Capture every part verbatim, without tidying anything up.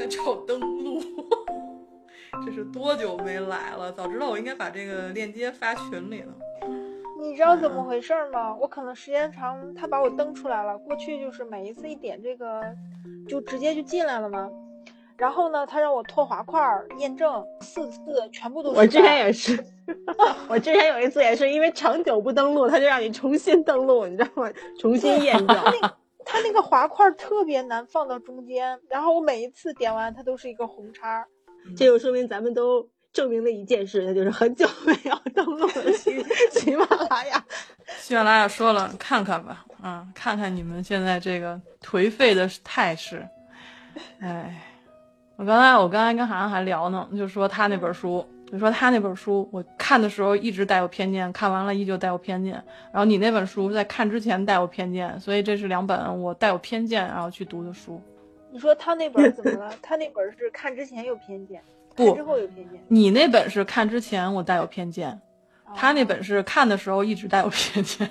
在找登录。这是多久没来了？早知道我应该把这个链接发群里了。 你知道怎么回事吗？嗯、我可能时间长，他把我登出来了。过去就是每一次一点这个，就直接就进来了嘛。然后呢，他让我拖滑块验证四次，全部都失败。 我之前也是，我之前有一次也是因为长久不登录，他就让你重新登录，你知道吗？重新验证。 他那他那个滑块特别难放到中间，然后我每一次点完，它都是一个红叉。 这就说明咱们都证明了一件事，那就是很久没有登录了喜喜马拉雅。 喜马拉雅说了，看看吧，啊，看看你们现在这个颓废的态势。哎。我刚才我刚才跟涵涵还聊呢，就说他那本书，就说他那本书我看的时候一直带有偏见，看完了依旧带有偏见。然后你那本书在看之前带有偏见，所以这是两本我带有偏见然后去读的书。 你说他那本怎么了？他那本是看之前有偏见， 不， 看之后有偏见。 你那本是看之前我带有偏见，哦、他那本是看的时候一直带有偏见，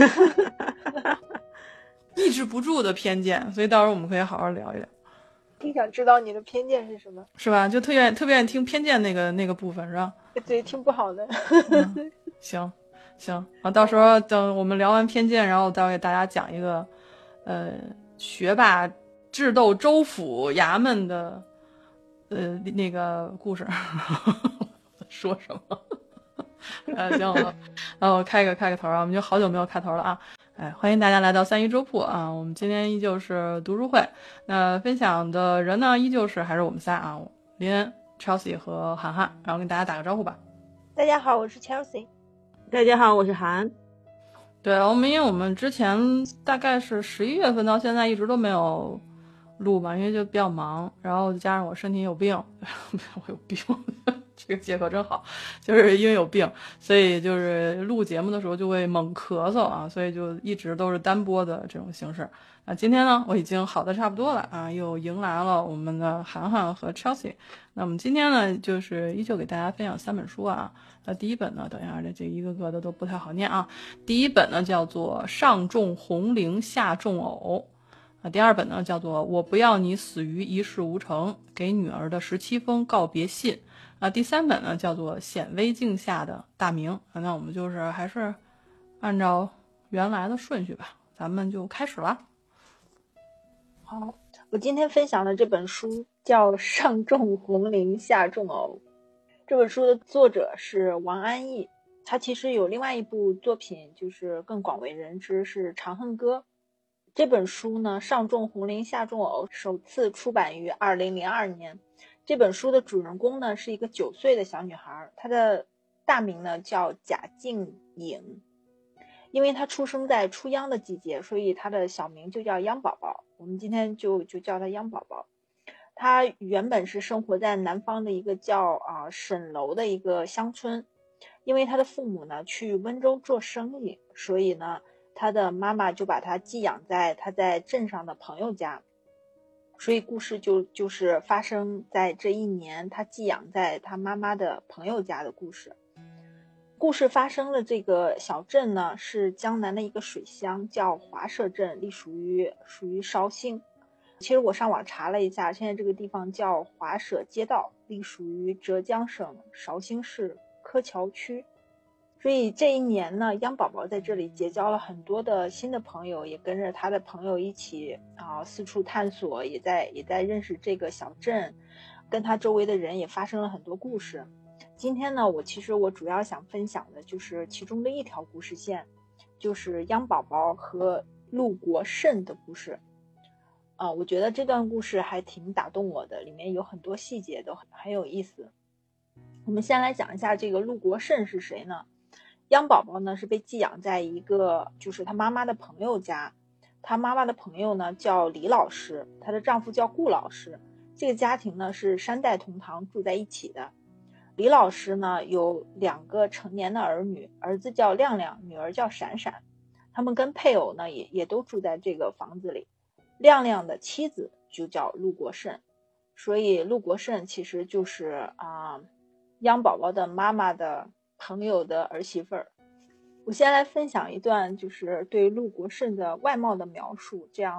抑制不住的偏见。所以到时候我们可以好好聊一聊。 挺想知道你的偏见是什么， 是吧？就特愿特别愿意听偏见那个那个部分，是吧？ 对，挺不好的。 嗯、行行，啊，到时候等我们聊完偏见，然后再给大家讲一个，呃，学霸智斗州府衙门的，呃，那个故事。说什么？呃，行，然后开个开个头啊，我们就好久没有开头了啊。哎，欢迎大家来到三一粥铺啊！我们今天依旧是读书会，那分享的人呢，依旧是还是我们仨啊，林恩、Chelsea 和涵涵，然后跟大家打个招呼吧。 大家好，我是 Chelsea。 大家好，我是涵。 对，我们因为我们之前大概是十一月份到现在一直都没有录嘛，因为就比较忙，然后加上我身体有病，我有病。这个借口真好，就是因为有病，所以就是录节目的时候就会猛咳嗽啊，所以就一直都是单播的这种形式。那今天呢，我已经好的差不多了啊，又迎来了我们的涵涵和 Chelsea。那我们今天呢，就是依旧给大家分享三本书啊。那第一本呢，等一下这这一个个的都不太好念啊。第一本呢叫做《上种红绫下种藕》啊，第二本呢叫做《我不要你死于一事无成》，给女儿的十七封告别信。啊，第三本呢叫做《显微镜下的大明》啊，那我们就是还是按照原来的顺序吧，咱们就开始了。 好，我今天分享的这本书叫《上种红绫下种藕》，这本书的作者是王安忆，他其实有另外一部作品就是更广为人知，是《长恨歌》。这本书呢，《上种红绫下种藕》首次出版于二零零二年。这本书的主人公呢是一个九岁的小女孩，她的大名呢叫贾静颖。因为她出生在出央的季节，所以她的小名就叫央宝宝。我们今天就就叫她央宝宝。她原本是生活在南方的一个叫啊沈楼的一个乡村，因为她的父母呢去温州做生意，所以呢她的妈妈就把她寄养在她在镇上的朋友家。所以故事就就是发生在这一年，他寄养在他妈妈的朋友家的故事。故事发生的这个小镇呢，是江南的一个水乡，叫华社镇，隶属于属于绍兴。其实我上网查了一下，现在这个地方叫华社街道，隶属于浙江省绍兴市柯桥区。所以这一年呢，央宝宝在这里结交了很多的新的朋友，也跟着他的朋友一起啊四处探索，也在也在认识这个小镇，跟他周围的人也发生了很多故事。今天呢，我其实我主要想分享的就是其中的一条故事线，就是央宝宝和陆国胜的故事。啊，我觉得这段故事还挺打动我的，里面有很多细节都很很有意思。我们先来讲一下这个陆国胜是谁呢？央宝宝呢是被寄养在一个就是他妈妈的朋友家，他妈妈的朋友呢叫李老师，她的丈夫叫顾老师，这个家庭呢是三代同堂住在一起的。李老师呢有两个成年的儿女，儿子叫亮亮，女儿叫闪闪，他们跟配偶呢也也都住在这个房子里。亮亮的妻子就叫陆国胜，所以陆国胜其实就是啊、呃、央宝宝的妈妈的朋友的儿媳妇儿。我先来分享一段就是对陆国胜的外貌的描述，这样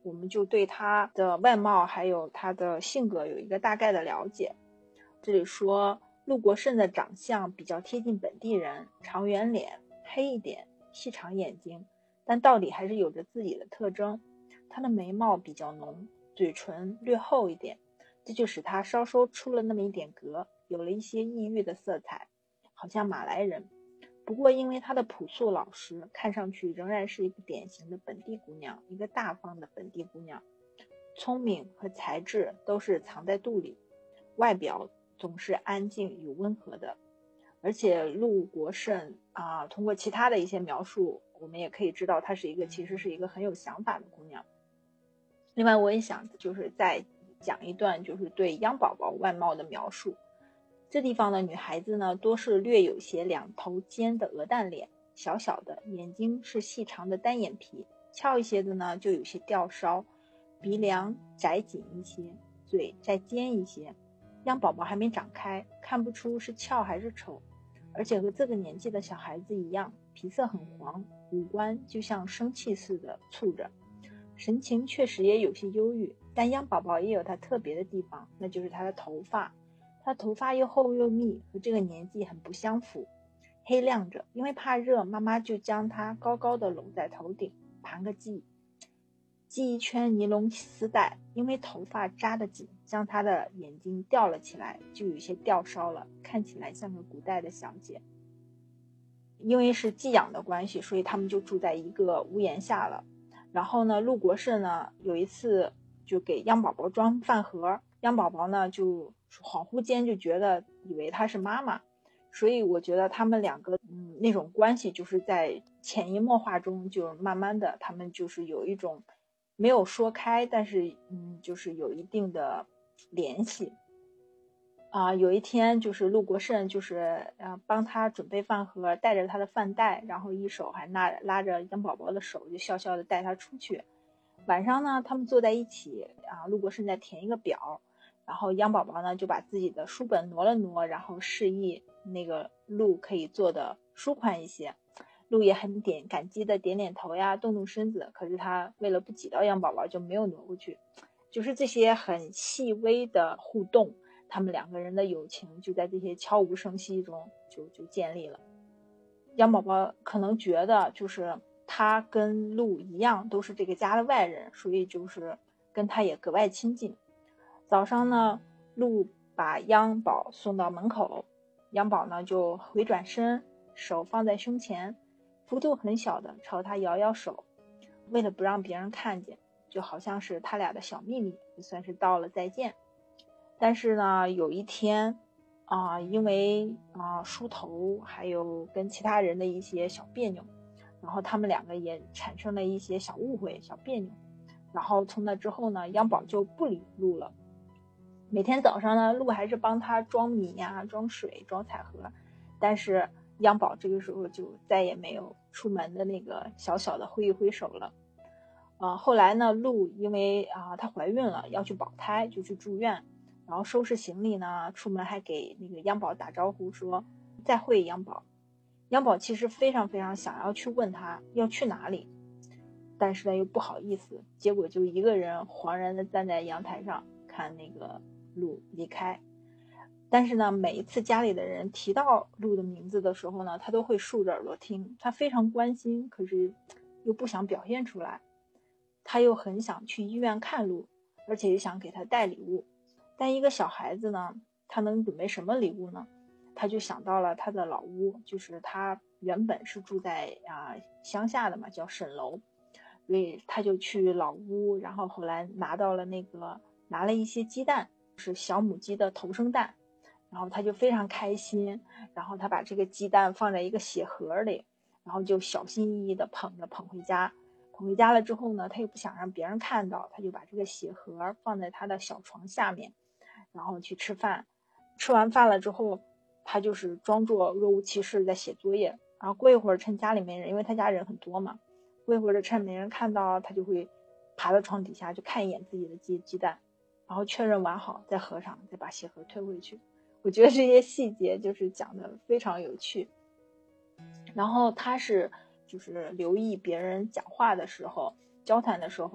我们就对他的外貌还有他的性格有一个大概的了解。这里说陆国胜的长相比较贴近本地人，长圆脸，黑一点，细长眼睛，但到底还是有着自己的特征。他的眉毛比较浓，嘴唇略厚一点，这就使他稍稍出了那么一点格，有了一些异域的色彩，好像马来人。不过因为她的朴素老实，看上去仍然是一个典型的本地姑娘，一个大方的本地姑娘，聪明和才智都是藏在肚里，外表总是安静又温和的。而且陆国胜啊，通过其他的一些描述，我们也可以知道她是一个其实是一个很有想法的姑娘。另外我也想就是再讲一段就是对央宝宝外貌的描述。这地方的女孩子呢，多是略有些两头尖的鹅蛋脸，小小的，眼睛是细长的单眼皮，翘一些的呢就有些吊梢，鼻梁窄紧一些，嘴再尖一些。央宝宝还没长开，看不出是翘还是丑，而且和这个年纪的小孩子一样，皮色很黄，五官就像生气似的蹙着，神情确实也有些忧郁。但央宝宝也有她特别的地方，那就是她的头发。她头发又厚又密，和这个年纪很不相符，黑亮着。因为怕热，妈妈就将她高高的拢在头顶，盘个髻，系一圈尼龙丝带。因为头发扎得紧，将她的眼睛吊了起来，就有些吊梢了，看起来像个古代的小姐。因为是寄养的关系，所以他们就住在一个屋檐下了。然后呢，陆国胜呢有一次就给央宝宝装饭盒，央宝宝呢就恍惚间就觉得以为她是妈妈，所以我觉得他们两个嗯那种关系就是在潜移默化中就慢慢的他们就是有一种没有说开，但是嗯就是有一定的联系啊、呃。有一天就是陆国胜就是呃帮他准备饭盒，带着他的饭袋，然后一手还拉拉着央宝宝的手，就笑笑的带他出去。晚上呢他们坐在一起啊，陆国胜在填一个表，然后央宝宝呢就把自己的书本挪了挪，然后示意那个陆可以坐的舒宽一些。陆也很点感激的点点头呀，动动身子，可是他为了不挤到央宝宝就没有挪过去。就是这些很细微的互动，他们两个人的友情就在这些悄无声息中就就建立了。央宝宝可能觉得就是他跟陆一样都是这个家的外人，所以就是跟他也格外亲近。早上呢，陆把央宝送到门口，央宝呢就回转身，手放在胸前，幅度很小的朝他摇摇手，为了不让别人看见，就好像是他俩的小秘密，就算是道了再见。但是呢，有一天啊、呃，因为啊、呃、梳头，还有跟其他人的一些小别扭，然后他们两个也产生了一些小误会、小别扭。然后从那之后呢，央宝就不理陆了。每天早上呢，陆还是帮他装米呀、装水、装彩盒，但是央宝这个时候就再也没有出门的那个小小的挥一挥手了。呃，后来呢，陆因为啊、呃、她怀孕了，要去保胎，就去住院，然后收拾行李呢，出门还给那个央宝打招呼说再会央宝。央宝其实非常非常想要去问他要去哪里，但是呢又不好意思，结果就一个人惶然的站在阳台上看那个陆离开。但是呢，每一次家里的人提到陆的名字的时候呢，他都会竖着耳朵听，他非常关心，可是又不想表现出来。他又很想去医院看陆，而且又想给他带礼物。但一个小孩子呢，他能准备什么礼物呢？他就想到了他的老屋，就是他原本是住在啊、呃、乡下的嘛，叫沈楼，所以他就去老屋，然后后来拿到了那个拿了一些鸡蛋，是小母鸡的头生蛋，然后他就非常开心，然后他把这个鸡蛋放在一个鞋盒里，然后就小心翼翼的捧着捧回家。捧回家了之后呢，他又不想让别人看到，他就把这个鞋盒放在他的小床下面，然后去吃饭。吃完饭了之后，他就是装作若无其事在写作业，然后过一会儿趁家里没人，因为他家人很多嘛，过一会儿趁没人看到，他就会爬到床底下就看一眼自己的鸡鸡蛋，然后确认完好再合上，再把鞋盒推回去。我觉得这些细节就是讲的非常有趣。然后他是就是留意别人讲话的时候，交谈的时候，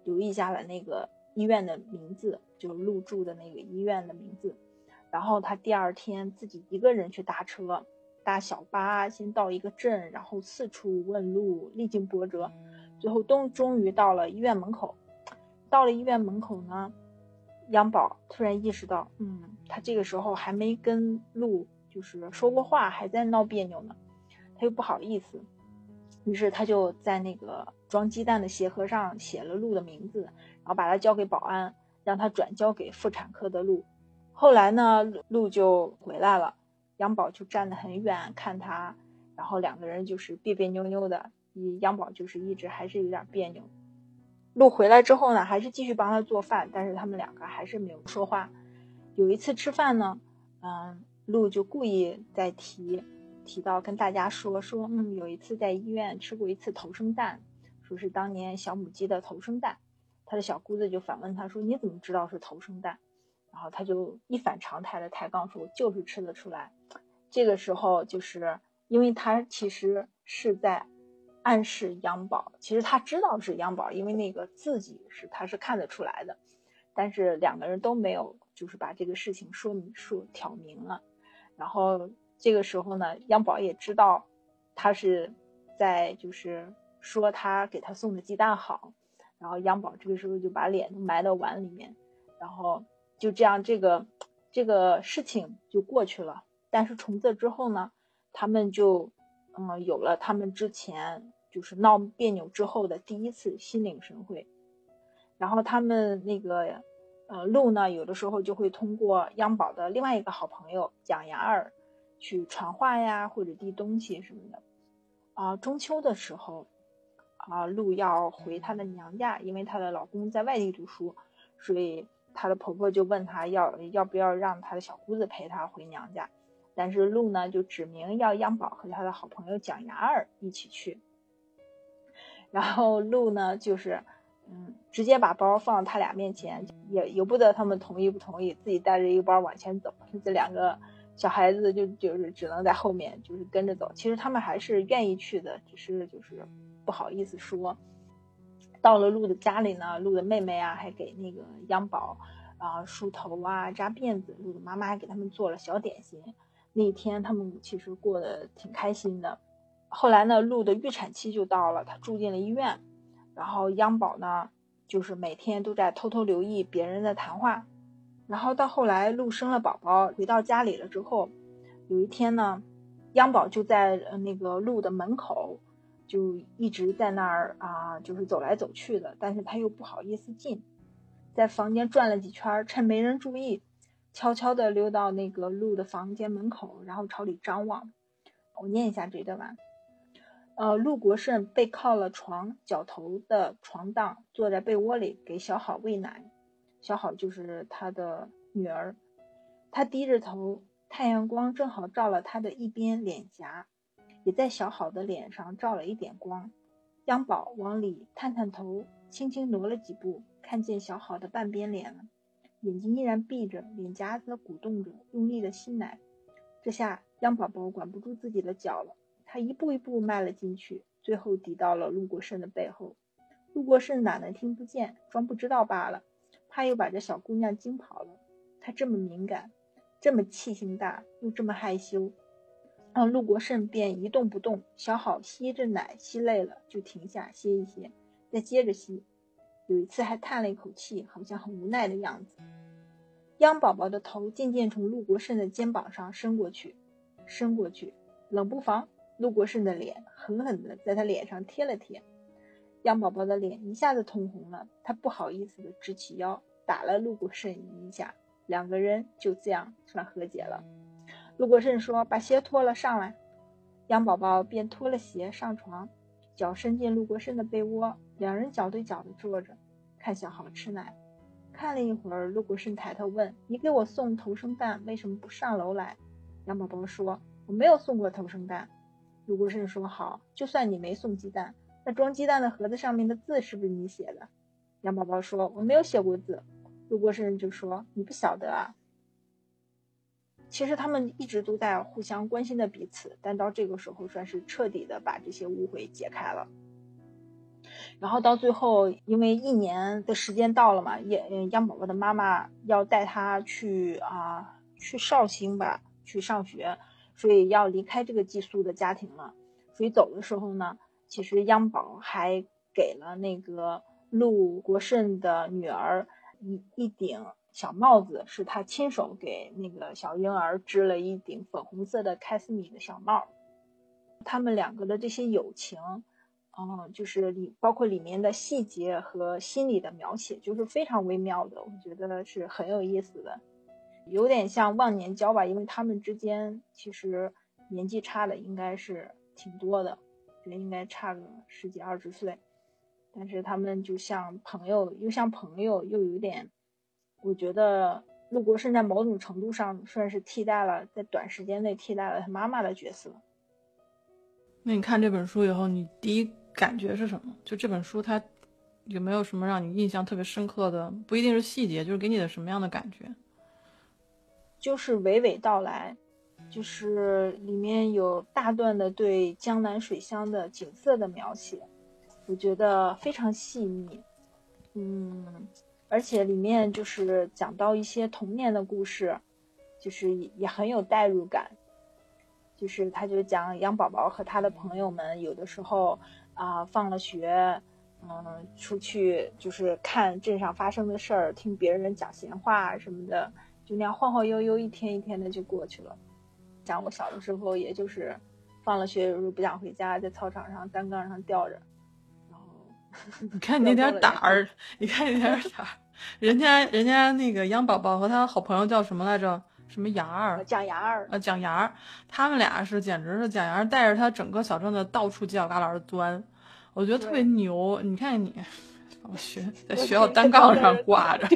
留意下了那个医院的名字，就是陆住的那个医院的名字。然后他第二天自己一个人去搭车，搭小巴先到一个镇，然后四处问路，历经波折，最后都终于到了医院门口。到了医院门口呢，杨宝突然意识到，嗯，他这个时候还没跟陆就是说过话，还在闹别扭呢，他又不好意思，于是他就在那个装鸡蛋的鞋盒上写了陆的名字，然后把他交给保安，让他转交给妇产科的陆。后来呢，陆就回来了，杨宝就站得很远看他，然后两个人就是别别扭扭的，杨宝就是一直还是有点别扭。陆回来之后呢，还是继续帮他做饭，但是他们两个还是没有说话。有一次吃饭呢，嗯，陆就故意在提提到跟大家说说，嗯，有一次在医院吃过一次头生蛋，说是当年小母鸡的头生蛋。他的小姑子就反问他说，你怎么知道是头生蛋？然后他就一反常态的抬杠说，我就是吃得出来。这个时候就是因为他其实是在暗示杨宝，其实他知道是杨宝，因为那个字迹是他是看得出来的，但是两个人都没有就是把这个事情说明说挑明了。然后这个时候呢，杨宝也知道他是在就是说他给他送的鸡蛋好，然后杨宝这个时候就把脸都埋到碗里面，然后就这样这个这个事情就过去了。但是从这之后呢，他们就嗯有了他们之前就是闹别扭之后的第一次心领神会。然后他们那个呃陆呢，有的时候就会通过杨宝的另外一个好朋友蒋牙儿去传话呀，或者递东西什么的。啊、呃，中秋的时候啊、呃，陆要回她的娘家，因为她的老公在外地读书，所以她的婆婆就问她要要不要让她的小姑子陪她回娘家。但是陆呢就指明要杨宝和他的好朋友蒋牙儿一起去，然后陆呢就是嗯直接把包放他俩面前，也由不得他们同意不同意，自己带着一个包往前走，这两个小孩子就就是只能在后面就是跟着走。其实他们还是愿意去的，只是就是不好意思说。到了陆的家里呢，陆的妹妹啊还给那个杨宝啊梳头啊扎辫子，陆的妈妈还给他们做了小点心。那一天他们其实过得挺开心的。后来呢，陆的预产期就到了，他住进了医院，然后杨宝呢就是每天都在偷偷留意别人的谈话。然后到后来陆生了宝宝回到家里了之后，有一天呢，杨宝就在呃那个陆的门口就一直在那儿啊，就是走来走去的，但是他又不好意思进，在房间转了几圈，趁没人注意，悄悄地溜到那个陆的房间门口，然后朝里张望。我念一下这段吧。呃，陆国胜背靠了床，脚头的床档，坐在被窝里给小好喂奶。小好就是他的女儿。他低着头，太阳光正好照了他的一边脸颊，也在小好的脸上照了一点光。杨宝往里探探头，轻轻挪了几步，看见小好的半边脸了，眼睛依然闭着，脸颊子鼓动着，用力的吸奶。这下杨宝宝管不住自己的脚了，他一步一步迈了进去，最后抵到了陆国胜的背后。陆国胜哪能听不见，装不知道罢了，怕又把这小姑娘惊跑了。他这么敏感，这么气性大，又这么害羞，让陆国胜便一动不动。小好吸着奶吸累了就停下歇一歇，再接着吸。有一次还叹了一口气，好像很无奈的样子。央宝宝的头渐渐从陆国胜的肩膀上伸过去，伸过去，冷不防陆国胜的脸狠狠地在他脸上贴了贴。央宝宝的脸一下子通红了，他不好意思地直起腰，打了陆国胜一下，两个人就这样算和解了。陆国胜说：“把鞋脱了，上来。”央宝宝便脱了鞋上床，脚伸进陆国胜的被窝，两人脚对脚的坐着，看小好吃奶。看了一会儿，陆国胜抬头问：“你给我送头生蛋，为什么不上楼来？”杨宝宝说：“我没有送过头生蛋。”陆国胜说：“好，就算你没送鸡蛋，那装鸡蛋的盒子上面的字是不是你写的？”杨宝宝说：“我没有写过字。”陆国胜就说：“你不晓得啊。”其实他们一直都在互相关心的彼此，但到这个时候算是彻底的把这些误会解开了。 然后到最后，因为一年的时间到了嘛，也央宝宝的妈妈要带他去啊、去绍兴吧，去上学，所以要离开这个寄宿的家庭了。所以走的时候呢，其实央宝还给了那个陆国胜的女儿一一顶小帽子，是他亲手给那个小婴儿织了一顶粉红色的开司米的小帽。他们两个的这些友情，嗯，就是里包括里面的细节和心理的描写，就是非常微妙的，我觉得是很有意思的，有点像忘年交吧，因为他们之间其实年纪差的应该是挺多的，觉得应该差个十几二十岁，但是他们就像朋友，又像朋友，又有点，我觉得陆国胜在某种程度上算是替代了，在短时间内替代了他妈妈的角色。 那你看这本书以后，你第一感觉是什么？就这本书它有没有什么让你印象特别深刻的？不一定是细节，就是给你的什么样的感觉？ 就是娓娓道来，就是里面有大段的对江南水乡的景色的描写，我觉得非常细腻。嗯，而且里面就是讲到一些童年的故事，就是也很有代入感。就是他就讲杨宝宝和他的朋友们有的时候啊、呃、放了学，嗯，出去就是看镇上发生的事儿，听别人讲闲话什么的，就那样晃晃悠悠一天一天的就过去了。讲我小的时候也就是放了学有时候不想回家，在操场上单杠上吊着，然后你看你那点胆儿，你看你那点胆儿，人家人家那个杨宝宝和他好朋友叫什么来着？什么牙儿？ 蒋牙儿， 呃，蒋牙儿，他们俩是简直是蒋牙儿带着他整个小镇的到处犄角旮旯的钻，我觉得特别牛。你看你，我学在学校单杠上挂着，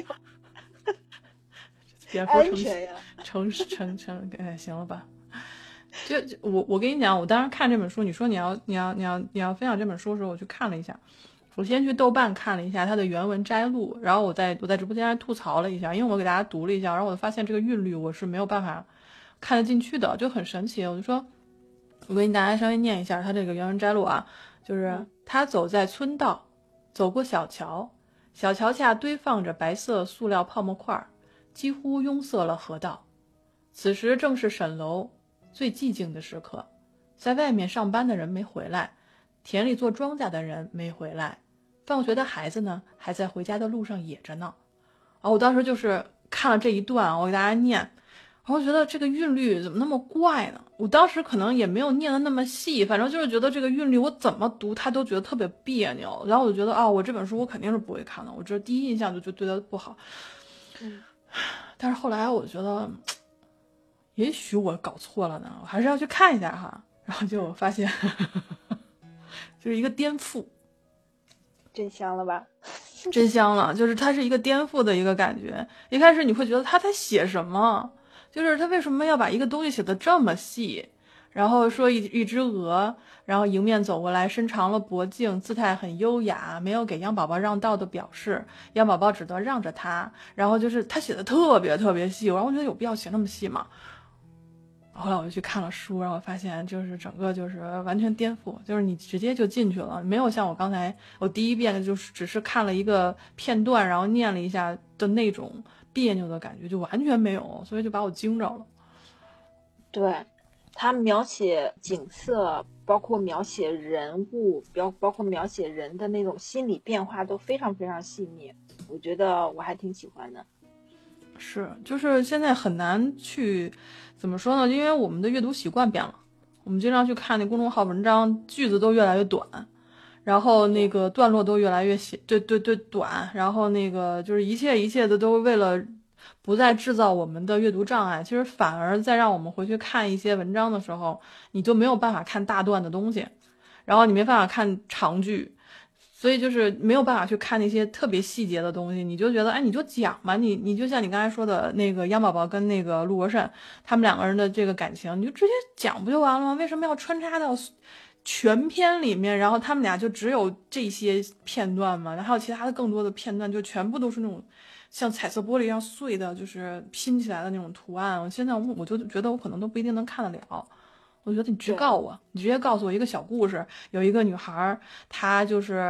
蝙蝠成成成成，哎，行了吧？就我我跟你讲，我当时看这本书，你说你要你要你要你要分享这本书的时候，我去看了一下。我先去豆瓣看了一下它的原文摘录，然后我在我在直播间上吐槽了一下，因为我给大家读了一下，然后我发现这个韵律我是没有办法看得进去的，就很神奇。我就说，我给你大家稍微念一下它这个原文摘录啊，就是他走在村道，走过小桥，小桥下堆放着白色塑料泡沫块，几乎拥塞了河道。此时正是沈楼最寂静的时刻，在外面上班的人没回来，田里做庄稼的人没回来。放学的孩子呢，还在回家的路上野着呢。啊，我当时就是看了这一段，我给大家念，然后觉得这个韵律怎么那么怪呢？我当时可能也没有念的那么细，反正就是觉得这个韵律我怎么读他都觉得特别别扭。然后我就觉得啊、哦，我这本书我肯定是不会看的，我这第一印象就就对他不好。 嗯， 但是后来我觉得，也许我搞错了呢，我还是要去看一下哈。然后就发现，就是一个颠覆。 真香了吧？ 真香了，就是它是一个颠覆的一个感觉。一开始你会觉得他在写什么，就是他为什么要把一个东西写得这么细，然后说一一只鹅，然后迎面走过来，伸长了脖颈，姿态很优雅，没有给杨宝宝让道的表示，杨宝宝只得让着他。然后就是他写的特别特别细，然后我觉得有必要写那么细吗？后来我就去看了书，然后发现就是整个就是完全颠覆，就是你直接就进去了，没有像我刚才我第一遍就是只是看了一个片段，然后念了一下的那种别扭的感觉，就完全没有，所以就把我惊着了。 对，他描写景色，包括描写人物，包包括描写人的那种心理变化都非常非常细腻，我觉得我还挺喜欢的。 是，就是现在很难去怎么说呢？因为我们的阅读习惯变了，我们经常去看那公众号文章，句子都越来越短，然后那个段落都越来越写，对对对短，然后那个就是一切一切的都为了不再制造我们的阅读障碍，其实反而在让我们回去看一些文章的时候，你就没有办法看大段的东西，然后你没办法看长句。所以就是没有办法去看那些特别细节的东西，你就觉得，哎，你就讲嘛，你你就像你刚才说的那个杨宝宝跟那个陆国胜他们两个人的这个感情，你就直接讲不就完了吗？为什么要穿插到全篇里面？然后他们俩就只有这些片段嘛，然后还有其他的更多的片段，就全部都是那种像彩色玻璃一样碎的，就是拼起来的那种图案。现在我就觉得我可能都不一定能看得了。我觉得你直告我，你直接告诉我一个小故事，有一个女孩，她就是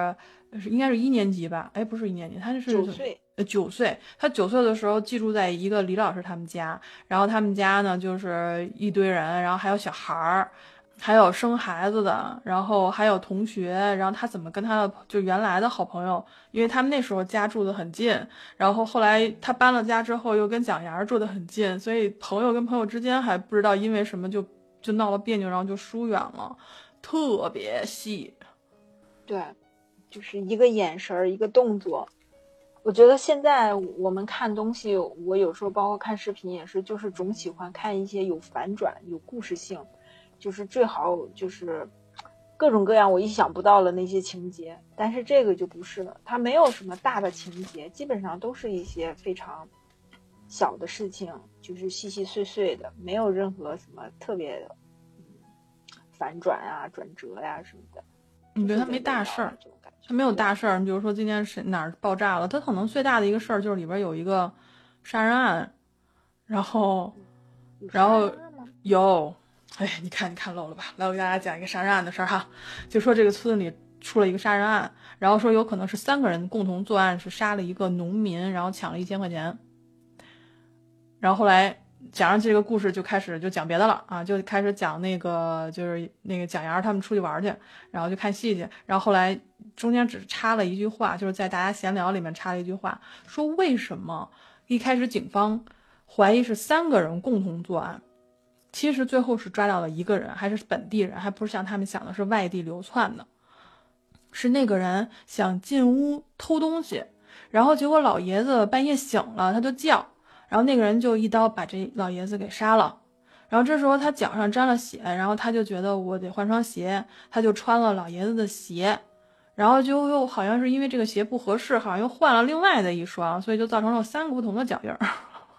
是应该是一年级吧？哎，不是一年级，他是九岁， 呃九岁。他九岁的时候寄住在一个李老师他们家，然后他们家呢就是一堆人，然后还有小孩儿。还有生孩子的，然后还有同学，然后他怎么跟他的就原来的好朋友，因为他们那时候家住得很近，然后后来他搬了家之后又跟蒋阳住得很近，所以朋友跟朋友之间还不知道因为什么就就闹了别扭，然后就疏远了，特别细。 对，就是一个眼神儿，一个动作。我觉得现在我们看东西，我有时候包括看视频也是，就是总喜欢看一些有反转、有故事性。就是最好就是各种各样我意想不到的那些情节，但是这个就不是了，它没有什么大的情节，基本上都是一些非常小的事情，就是细细碎碎的，没有任何什么特别的、嗯、反转啊、转折呀、啊、什么的。 你觉得它没大事儿，它没有大事儿。你比如说今天是哪儿爆炸了，它可能最大的一个事儿就是里边有一个杀人案，然后，然后有。哎，你看，你看漏了吧？来，我给大家讲一个杀人案的事儿哈，就说这个村里出了一个杀人案，然后说有可能是三个人共同作案，是杀了一个农民，然后抢了一千块钱。然后后来讲上这个故事就开始就讲别的了啊，就开始讲那个就是那个蒋阳他们出去玩去，然后就看戏去，然后后来中间只插了一句话，就是在大家闲聊里面插了一句话，说为什么一开始警方怀疑是三个人共同作案。其实最后是抓到了一个人，还是本地人，还不是像他们想的是外地流窜的，是那个人想进屋偷东西，然后结果老爷子半夜醒了，他就叫，然后那个人就一刀把这老爷子给杀了。然后这时候他脚上沾了血，然后他就觉得我得换双鞋，他就穿了老爷子的鞋，然后就又好像是因为这个鞋不合适，好像又换了另外的一双，所以就造成了三个不同的脚印儿。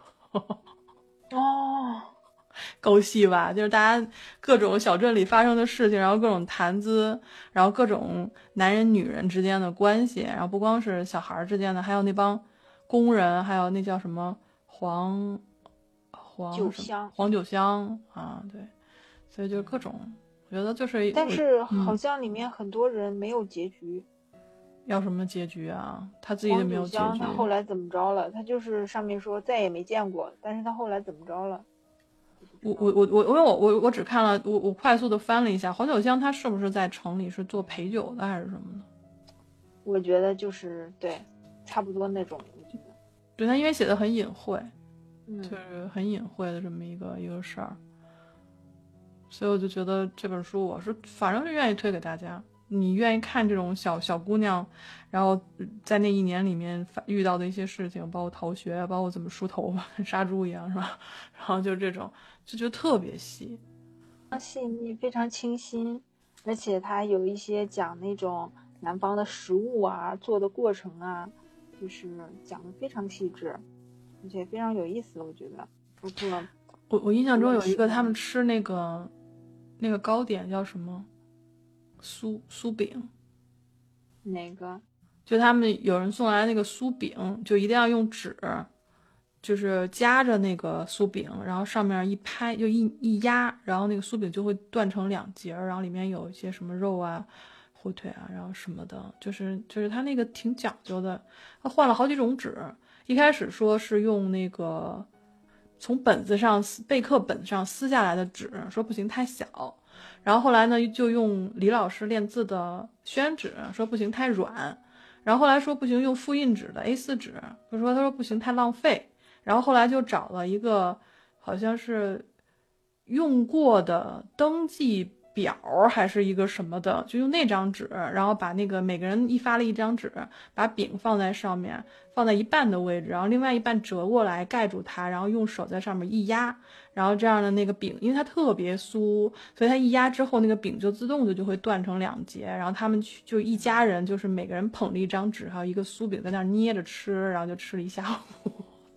哦。 够细吧，就是大家各种小镇里发生的事情，然后各种谈资，然后各种男人女人之间的关系，然后不光是小孩之间的，还有那帮工人，还有那叫什么黄黄酒香黄酒香啊，对，所以就是各种，我觉得就是， 但是好像里面很多人没有结局。 嗯、要什么结局啊？他自己都没有结局。 他后来怎么着了？他就是上面说再也没见过，但是他后来怎么着了？ 我我我我因为我我我只看了我我快速的翻了一下黄酒香，他是不是在城里是做陪酒的还是什么的？ 我觉得就是对，差不多那种。我觉得对，他因为写的很隐晦， 嗯， 就是很隐晦的这么一个一个事儿，所以我就觉得这本书我是反正是愿意推给大家。你愿意看这种小小姑娘，然后在那一年里面遇到的一些事情，包括逃学，包括怎么梳头发，跟杀猪一样，是吧？然后就这种，就觉得特别细， 非常细腻，非常清新，而且它有一些讲那种南方的食物啊，做的过程啊，就是讲的非常细致，而且非常有意思。我觉得，包括我我印象中有一个他们吃那个那个糕点叫什么？酥酥饼， 哪个？ 就他们有人送来那个酥饼，就一定要用纸，就是夹着那个酥饼，然后上面一拍就一一压，然后那个酥饼就会断成两截，然后里面有一些什么肉啊、火腿啊，然后什么的，就是就是他那个挺讲究的，他换了好几种纸，一开始说是用那个从本子上备课本上撕下来的纸，说不行太小。然后后来呢，就用李老师练字的宣纸，说不行太软。然后后来说不行用复印纸的 A 四 纸，就说他说不行太浪费。然后后来就找了一个好像是用过的登记表还是一个什么的，就用那张纸，然后把那个每个人一发了一张纸，把饼放在上面，放在一半的位置，然后另外一半折过来盖住它，然后用手在上面一压，然后这样的那个饼，因为它特别酥，所以它一压之后，那个饼就自动的就会断成两截，然后他们就一家人就是每个人捧着一张纸，还有一个酥饼在那捏着吃，然后就吃了一下午，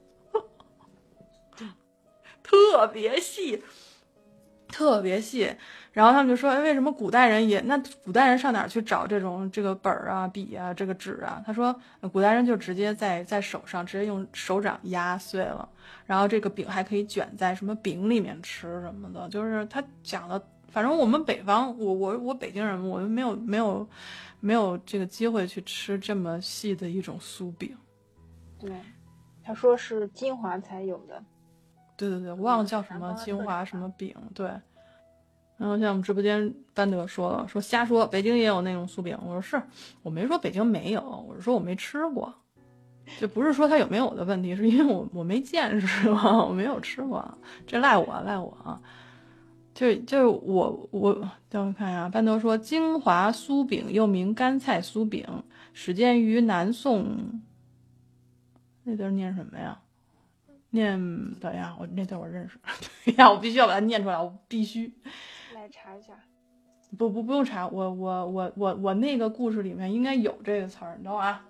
特别细。特别细，然后他们就说，哎，为什么古代人也那古代人上哪儿去找这种这个本儿啊、笔啊、这个纸啊？他说，古代人就直接在在手上直接用手掌压碎了，然后这个饼还可以卷在什么饼里面吃什么的，就是他讲的反正我们北方，我我我北京人，我们没有没有没有这个机会去吃这么细的一种酥饼。 对，他说是金华才有的。 对对对，我忘了叫什么金华什么饼。对，然后像我们直播间班德说了，说瞎说，北京也有那种酥饼。我说是，我没说北京没有，我是说我没吃过。就不是说它有没有的问题，是因为我我没见识嘛，我没有吃过，这赖我赖我啊。就就是我我等我看一下，班德说金华酥饼又名干菜酥饼，始建于南宋。那字念什么呀？念等一下，我那字我认识。等一下，我必须要把它念出来，我必须来查一下。 不不不用查，我我我我我那个故事里面应该有这个词儿，你等会儿啊。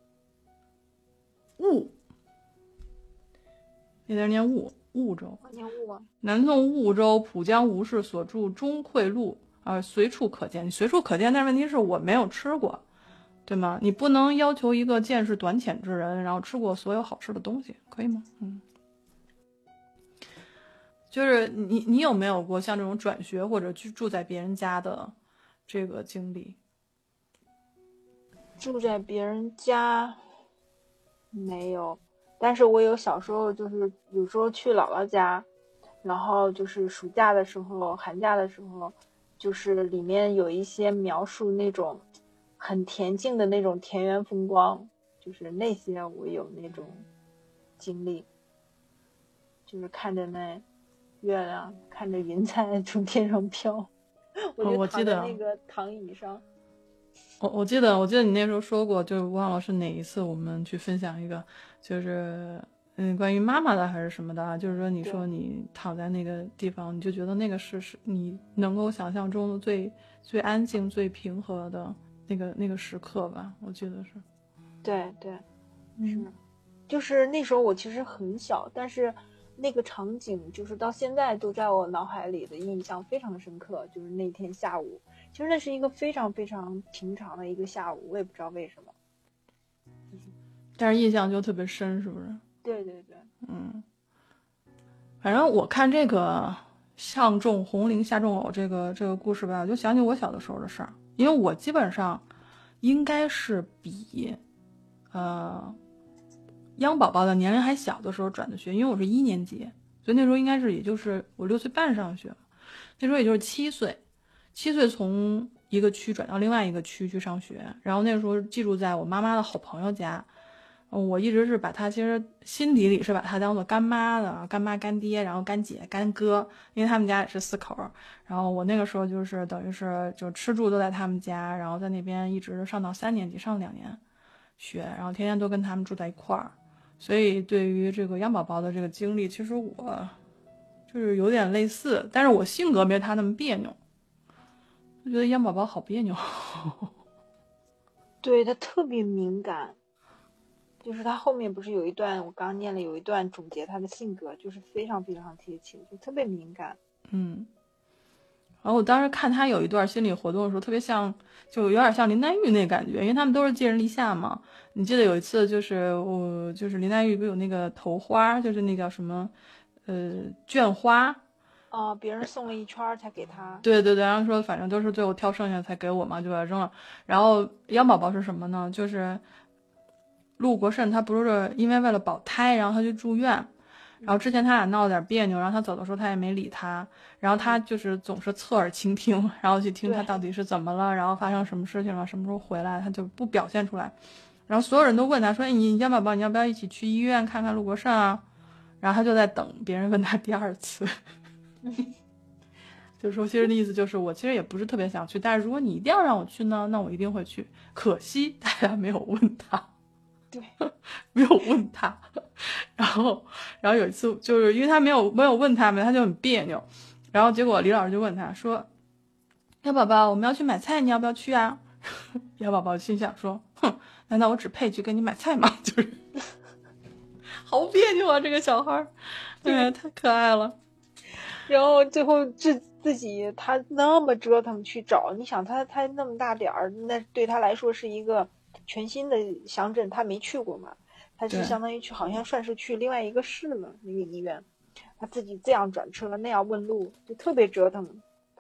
婺，那字念婺，婺州。 念婺啊。 南宋婺州浦江吴氏所著《钟会录》啊、呃，随处可见。你随处可见，但是问题是我没有吃过，对吗？你不能要求一个见识短浅之人，然后吃过所有好吃的东西，可以吗？嗯。就是你，你有没有过像这种转学或者居住在别人家的这个经历？ 住在别人家没有，但是我有小时候就是有时候去姥姥家，然后就是暑假的时候、寒假的时候，就是里面有一些描述那种很恬静的那种田园风光，就是那些我有那种经历，就是看着那月亮，看着云彩从天上飘，我就躺在那个躺椅上。 我我记得我记得你那时候说过，就是忘了是哪一次我们去分享一个，就是嗯关于妈妈的还是什么的啊，就是说你说你躺在那个地方，你就觉得那个是是你能够想象中的最最安静、最平和的那个那个时刻吧，我记得是。 对对，是， 嗯， 就是那时候我其实很小，但是那个场景就是到现在都在我脑海里的印象非常的深刻。就是那天下午，其实那是一个非常非常平常的一个下午，我也不知道为什么， 但是印象就特别深，是不是？ 对对对， 嗯，反正我看这个上中红绫下中偶这个这个故事吧，我就想起我小的时候的事儿，因为我基本上应该是比呃央宝宝的年龄还小的时候转的学，因为我是一年级，所以那时候应该是也就是我六岁半上学，那时候也就是七岁，七岁从一个区转到另外一个区去上学，然后那时候寄住在我妈妈的好朋友家。我一直是把他，其实心底里是把他当做干妈的，干妈、干爹，然后干姐、干哥，因为他们家也是四口。然后我那个时候就是等于是就吃住都在他们家，然后在那边一直上到三年级，上两年学，然后天天都跟他们住在一块儿。所以对于这个央宝宝的这个经历，其实我就是有点类似，但是我性格没他那么别扭，我觉得央宝宝好别扭。 对，他特别敏感。就是他后面不是有一段，我刚念了有一段总结他的性格，就是非常非常贴切，就特别敏感。 嗯，然后我当时看他有一段心理活动的时候，特别像，就有点像林黛玉那感觉，因为他们都是寄人篱下嘛。你记得有一次就是我就是林黛玉不有那个头花，就是那叫什么，呃，绢花。 啊、呃，别人送了一圈才给他。 对对对，然后说反正都是最后挑剩下才给我嘛，就把它扔了。然后央宝宝是什么呢？就是陆国胜他不是因为为了保胎，然后他去住院，然后之前他俩闹了点别扭，然后他走的时候他也没理他，然后他就是总是侧耳倾听，然后去听他到底是怎么了，然后发生什么事情了，什么时候回来，他就不表现出来。然后所有人都问他说：“哎，你央宝宝，你要不要一起去医院看看陆国胜啊？”然后他就在等别人问他第二次。就是说，其实的意思就是我其实也不是特别想去，但是如果你一定要让我去呢，那我一定会去。可惜大家没有问他。 对， 没有问他，然后，然后有一次就是因为他没有没有问他们，他就很别扭，然后结果李老师就问他说：“小宝宝，我们要去买菜，你要不要去啊？”小宝宝心想说：“哼，难道我只配去给你买菜吗？”就是好别扭啊，这个小孩，哎，太可爱了。 然后最后自自己他那么折腾去找，你想他他那么大点儿，那对他来说是一个全新的乡镇，他没去过嘛，他是相当于去好像算是去另外一个市了那个医院，他自己这样转车那样问路，就特别折腾，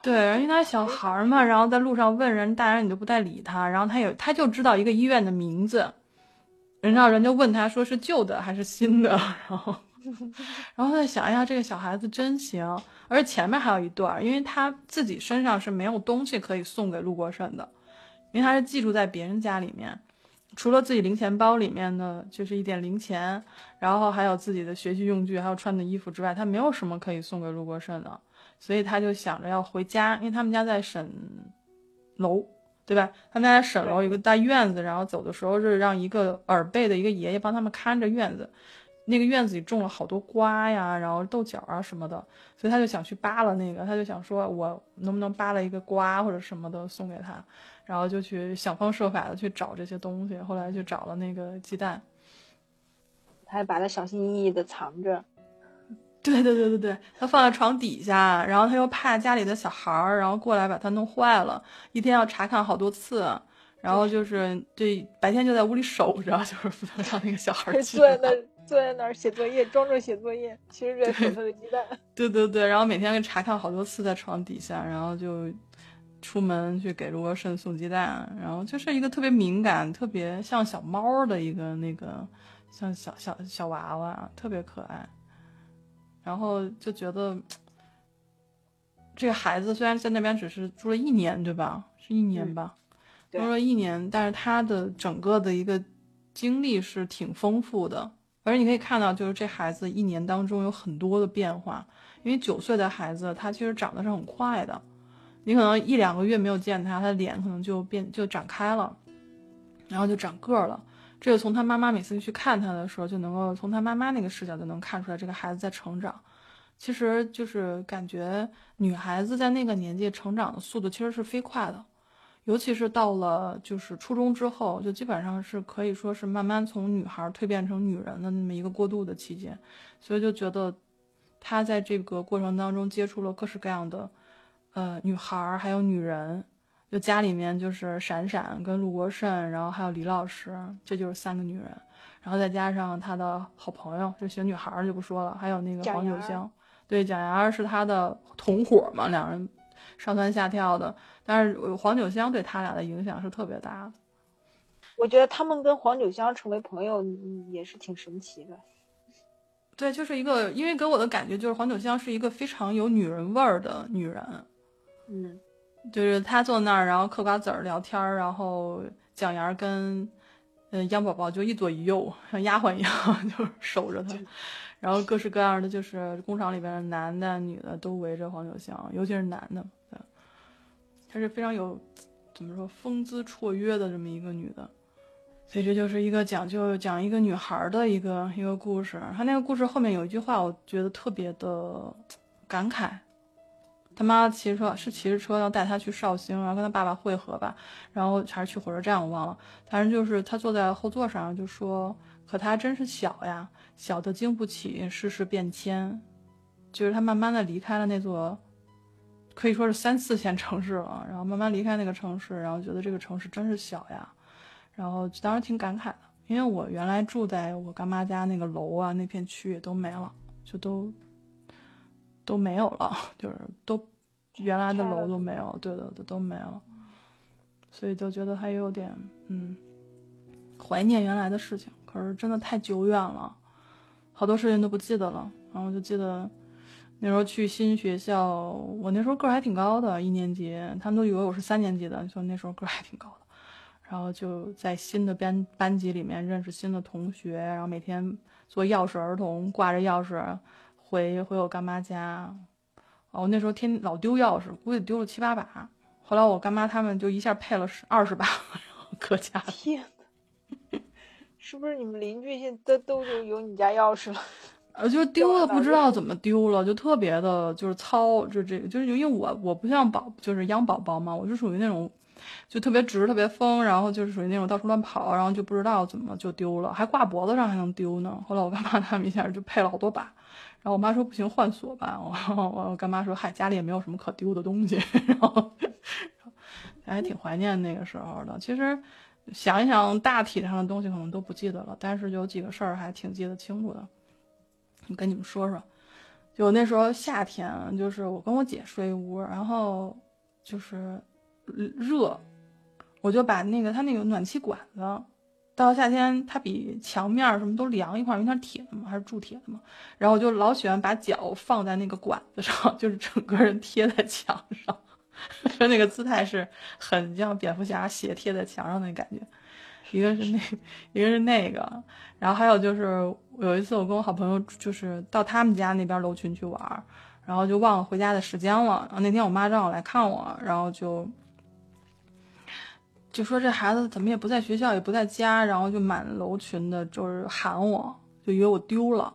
对，因为他小孩嘛，然后在路上问人，大人你就不带理他，然后他有他就知道一个医院的名字，然后人就问他说是旧的还是新的，然后然后再想一下这个小孩子真行，而且前面还有一段，因为他自己身上是没有东西可以送给陆国胜的，因为他是寄住在别人家里面，除了自己零钱包里面的就是一点零钱，然后还有自己的学习用具，还有穿的衣服之外，他没有什么可以送给陆国胜的。所以他就想着要回家，因为他们家在沈楼，对吧？他们家在沈楼有个大院子，然后走的时候是让一个耳背的一个爷爷帮他们看着院子，那个院子里种了好多瓜呀，然后豆角啊什么的，所以他就想去扒了那个，他就想说我能不能扒了一个瓜或者什么的送给他，然后就去想方设法的去找这些东西，后来就找了那个鸡蛋， 他还把它小心翼翼的藏着。 对对对对对，他放在床底下，然后他又怕家里的小孩儿，然后过来把它弄坏了，一天要查看好多次，然后就是对白天就在屋里守着，就是不能让那个小孩进来。 坐在那儿坐在那儿写作业，装着写作业，其实在守他的鸡蛋。 对对对，然后每天查看好多次在床底下，然后就出门去给陆国胜送鸡蛋，然后就是一个特别敏感、特别像小猫的一个那个像小小小娃娃，特别可爱。然后就觉得这个孩子虽然在那边只是住了一年，对吧？是一年吧，住了一年，但是他的整个的一个经历是挺丰富的，而你可以看到，就是这孩子一年当中有很多的变化。因为九岁的孩子，他其实长得是很快的，你可能一两个月没有见他，他的脸可能就变就长开了，然后就长个儿了。这个从他妈妈每次去看他的时候，就能够从他妈妈那个视角就能看出来，这个孩子在成长。其实就是感觉女孩子在那个年纪成长的速度其实是飞快的，尤其是到了就是初中之后，就基本上是可以说是慢慢从女孩蜕变成女人的那么一个过渡的期间。所以就觉得她在这个过程当中接触了各式各样的呃女孩还有女人。就家里面就是闪闪跟陆国胜，然后还有李老师，这就是三个女人，然后再加上她的好朋友，就学女孩就不说了，还有那个黄九香，对，蒋牙是她的同伙嘛，两人上蹿下跳的，但是黄九香对他俩的影响是特别大的。 我觉得他们跟黄九香成为朋友也是挺神奇的。 对，就是一个，因为给我的感觉就是黄九香是一个非常有女人味儿的女人， 嗯。 就是他坐那儿，然后嗑瓜子儿聊天，然后蒋牙跟嗯杨宝宝就一左一右，像丫鬟一样，就是守着他。然后各式各样的就是工厂里边的男的、女的都围着黄九香，尤其是男的，对，她是非常有怎么说风姿绰约的这么一个女的。所以这就是一个讲就讲一个女孩的一个一个故事。她那个故事后面有一句话，我觉得特别的感慨。他妈骑车是骑着车要带他去绍兴，然后跟他爸爸会合吧，然后还是去火车站我忘了，反正就是他坐在后座上就说，可他真是小呀，小的经不起世事变迁。就是他慢慢的离开了那座可以说是三四线城市了，然后慢慢离开那个城市，然后觉得这个城市真是小呀，然后当时挺感慨的，因为我原来住在我干妈家那个楼啊，那片区也都没了，就都都没有了，就是都原来的楼都没有，对的对都没了，所以就觉得还有点嗯怀念原来的事情，可是真的太久远了，好多事情都不记得了。然后就记得那时候去新学校，我那时候个儿还挺高的，一年级他们都以为我是三年级的，说那时候个儿还挺高的。然后就在新的班班级里面认识新的同学，然后每天做钥匙儿童，挂着钥匙回回我干妈家。哦，那时候天老丢钥匙，估计丢了七八把。后来我干妈他们就一下配了二十把，然后搁家。 天哪，是不是你们邻居现在都都有你家钥匙了？ 呃，就丢了，不知道怎么丢了，就特别的，就是糙，就这个，就是因为我我不像宝，就是养宝宝嘛，我是属于那种，就特别直，特别疯，然后就是属于那种到处乱跑，然后就不知道怎么就丢了，还挂脖子上还能丢呢。后来我干妈他们一下就配了好多把，然后我妈说不行换锁吧，我我干妈说嗨，家里也没有什么可丢的东西，然后还挺怀念那个时候的。其实想一想，大体上的东西可能都不记得了，但是有几个事儿还挺记得清楚的。跟你们说说， 有那时候夏天，就是我跟我姐睡一屋，然后就是热，我就把那个它那个暖气管子，到夏天它比墙面什么都凉一块，因为它是铁的嘛，还是铸铁的嘛，然后我就老喜欢把脚放在那个管子上，就是整个人贴在墙上，说那个姿态是很像蝙蝠侠斜贴在墙上的感觉。一个是那一个是那个，然后还有就是有一次我跟我好朋友就是到他们家那边楼群去玩，然后就忘了回家的时间了，然后那天我妈正好来看我，然后就就说这孩子怎么也不在学校也不在家，然后就满楼群的就是喊我，就以为我丢了。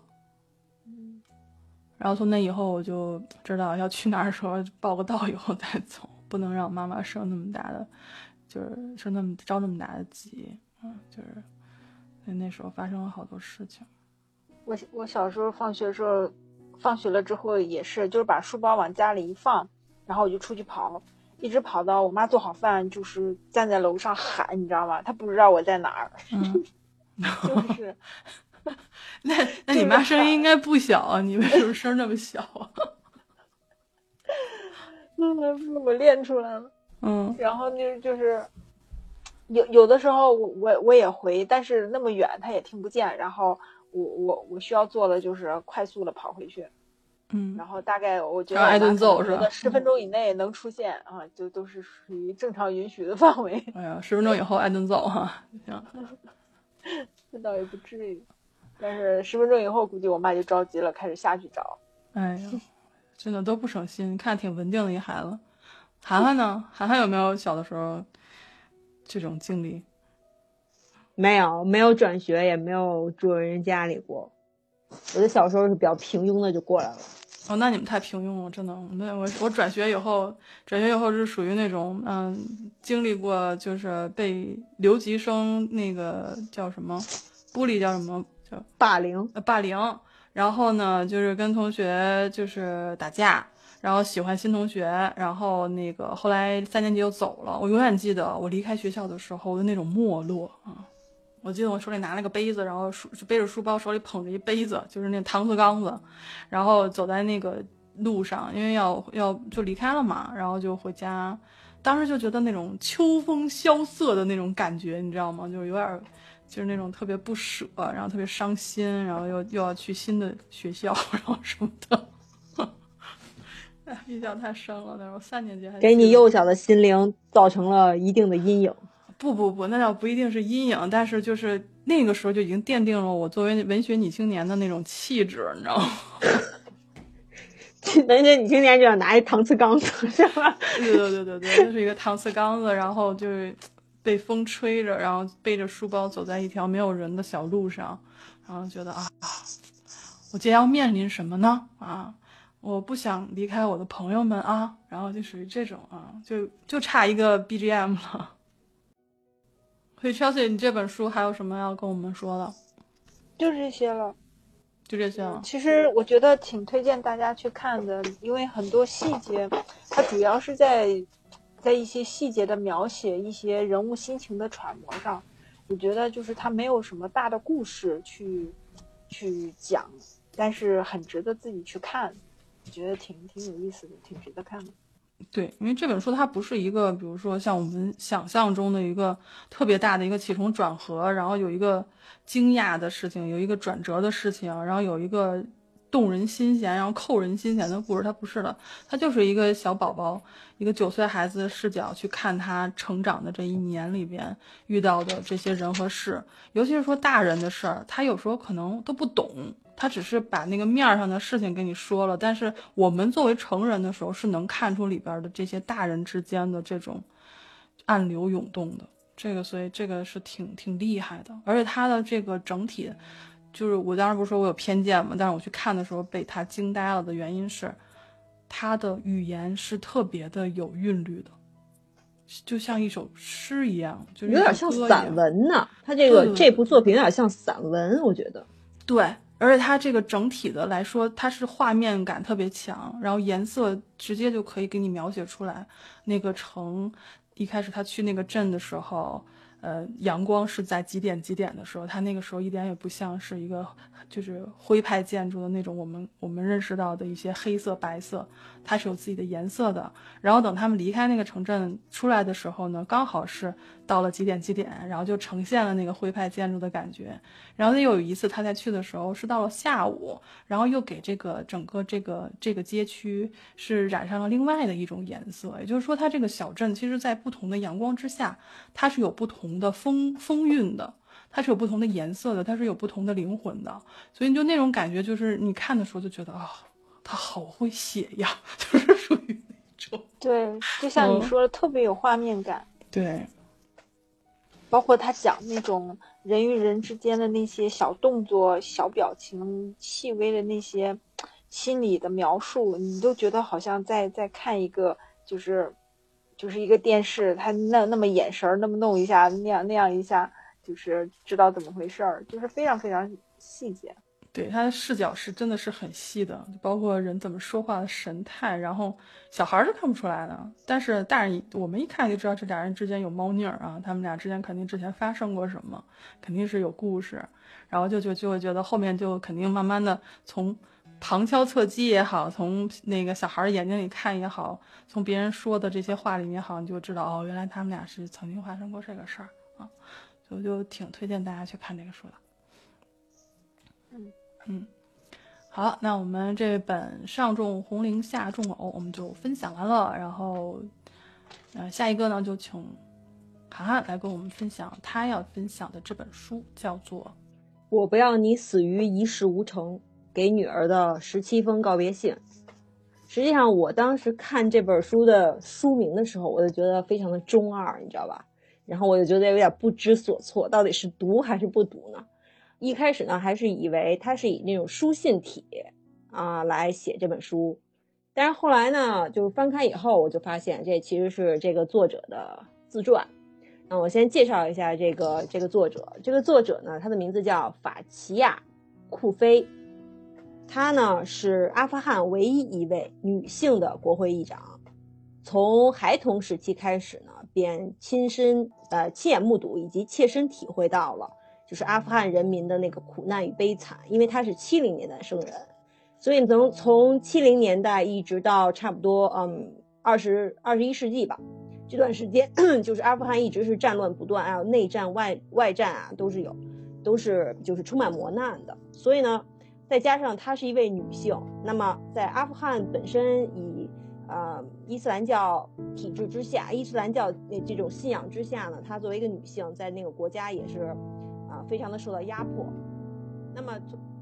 然后从那以后我就知道要去哪儿的时候报个到以后再走，不能让妈妈生那么大的就是生那么着那么大的急。嗯，就是那时候发生了好多事情。 我我小时候放学的时候，放学了之后也是，就是把书包往家里一放，然后我就出去跑，一直跑到我妈做好饭，就是站在楼上喊，你知道吗？她不知道我在哪儿。 嗯， 就是。 那那你妈声音应该不小啊，你为什么声那么小啊？ 嗯，我练出来了。 嗯， 然后就就是有有的时候我我我也回，但是那么远他也听不见，然后我我我需要做的就是快速的跑回去。 嗯， 然后大概我觉得挨顿揍是吧？ 十分钟以内能出现啊，就都是属于正常允许的范围。 哎呀，十分钟以后挨顿揍哈，行。 这倒也不至于，但是十分钟以后估计我妈就着急了，开始下去找。 哎呀，真的都不省心，看挺文定的一孩子。涵涵呢？涵涵有没有小的时候这种经历？ 没有，没有转学，也没有住人家里过。我的小时候是比较平庸的就过来了。 哦，那你们太平庸了，真的。我我我转学以后，转学以后是属于那种嗯，经历过就是被留级生那个叫什么，bully叫什么叫霸凌， 呃霸凌。然后呢，就是跟同学就是打架。然后喜欢新同学，然后那个后来三年级又走了。我永远记得我离开学校的时候的那种没落啊！我记得我手里拿了个杯子，然后书背着书包，手里捧着一杯子，就是那搪瓷缸子，然后走在那个路上，因为要要就离开了嘛，然后就回家。当时就觉得那种秋风萧瑟的那种感觉，你知道吗？就是有点就是那种特别不舍，然后特别伤心，然后又又要去新的学校，然后什么的。哎，印象太深了，那时候三年级还给你幼小的心灵造成了一定的阴影。 不不不，那倒不一定是阴影，但是就是那个时候就已经奠定了我作为文学女青年的那种气质，你知道吗？ 文学女青年就要拿一搪瓷缸子，是吧？ 对对对对对，就是一个搪瓷缸子，然后就是被风吹着，然后背着书包走在一条没有人的小路上，然后觉得啊，我将要面临什么呢？啊！我不想离开我的朋友们啊，然后就属于这种啊，就就差一个 B G M 了。所以 Chelsea， 你这本书还有什么要跟我们说的？ 就这些了， 就这些了。 其实我觉得挺推荐大家去看的，因为很多细节，它主要是在在一些细节的描写，一些人物心情的揣摩上。我觉得就是它没有什么大的故事去去讲，但是很值得自己去看。我觉得挺挺有意思的，挺值得看的。 对，因为这本书它不是一个，比如说像我们想象中的一个特别大的一个起承转合，然后有一个惊讶的事情，有一个转折的事情，然后有一个动人心弦，然后扣人心弦的故事，它不是的，它就是一个小宝宝，一个九岁孩子的视角去看他成长的这一年里边遇到的这些人和事，尤其是说大人的事儿，他有时候可能都不懂。他只是把那个面上的事情跟你说了，但是我们作为成人的时候是能看出里边的这些大人之间的这种暗流涌动的，这个所以这个是挺挺厉害的。而且他的这个整体，就是我当时不是说我有偏见嘛，但是我去看的时候被他惊呆了的原因是，他的语言是特别的有韵律的，就像一首诗一样，就是有点像散文呢。他这个这部作品有点像散文，我觉得。 对。而且它这个整体的来说，它是画面感特别强，然后颜色直接就可以给你描写出来。那个城一开始他去那个镇的时候， 呃阳光是在几点几点的时候，它那个时候一点也不像是一个就是徽派建筑的那种我们我们认识到的一些黑色白色，它是有自己的颜色的。然后等他们离开那个城镇出来的时候呢，刚好是到了几点几点，然后就呈现了那个徽派建筑的感觉。然后又有一次他在去的时候是到了下午，然后又给这个整个这个这个街区是染上了另外的一种颜色，也就是说它这个小镇其实在不同的阳光之下，它是有不同的风风韵的，它是有不同的颜色的，它是有不同的灵魂的。所以就那种感觉，就是你看的时候就觉得啊、哦，他好会写呀，就是属于那种。 对，就像你说的，嗯、特别有画面感。 对， 包括他讲那种人与人之间的那些小动作、小表情、细微的那些心理的描述，你都觉得好像在在看一个就是就是一个电视，他那那么眼神那么弄一下，那样那样一下，就是知道怎么回事儿，就是非常非常细节。 对，他的视角是真的是很细的，包括人怎么说话的神态，然后小孩是看不出来的，但是大人我们一看就知道这俩人之间有猫腻儿啊，他们俩之间肯定之前发生过什么，肯定是有故事，然后就就就会觉得后面就肯定慢慢的从旁敲侧击也好，从那个小孩眼睛里看也好，从别人说的这些话里面好像就知道哦，原来他们俩是曾经发生过这个事儿啊，所以我就挺推荐大家去看这个书的。 嗯嗯，好，那我们这本上重红绫下重偶我们就分享完了，然后呃下一个呢就请涵涵来跟我们分享他要分享的这本书，叫做我不要你死于一事无成，给女儿的十七封告别信。实际上我当时看这本书的书名的时候，我就觉得非常的中二，你知道吧，然后我就觉得有点不知所措，到底是读还是不读呢？一开始呢，还是以为他是以那种书信体啊来写这本书，但是后来呢，就翻开以后，我就发现这其实是这个作者的自传。那我先介绍一下这个这个作者，这个作者呢，他的名字叫法奇亚·库菲，她呢是阿富汗唯一一位女性的国会议长。从孩童时期开始呢，便亲身呃亲眼目睹以及切身体会到了就是阿富汗人民的那个苦难与悲惨，因为他是七零年代生人，所以能从七零年代一直到差不多嗯二十二十一世纪吧，这段时间就是阿富汗一直是战乱不断，还有内战外外战啊都是有，都是就是充满磨难的。所以呢，再加上她是一位女性，那么在阿富汗本身以呃伊斯兰教体制之下，伊斯兰教这种信仰之下呢，她作为一个女性在那个国家也是啊、呃、非常的受到压迫。那么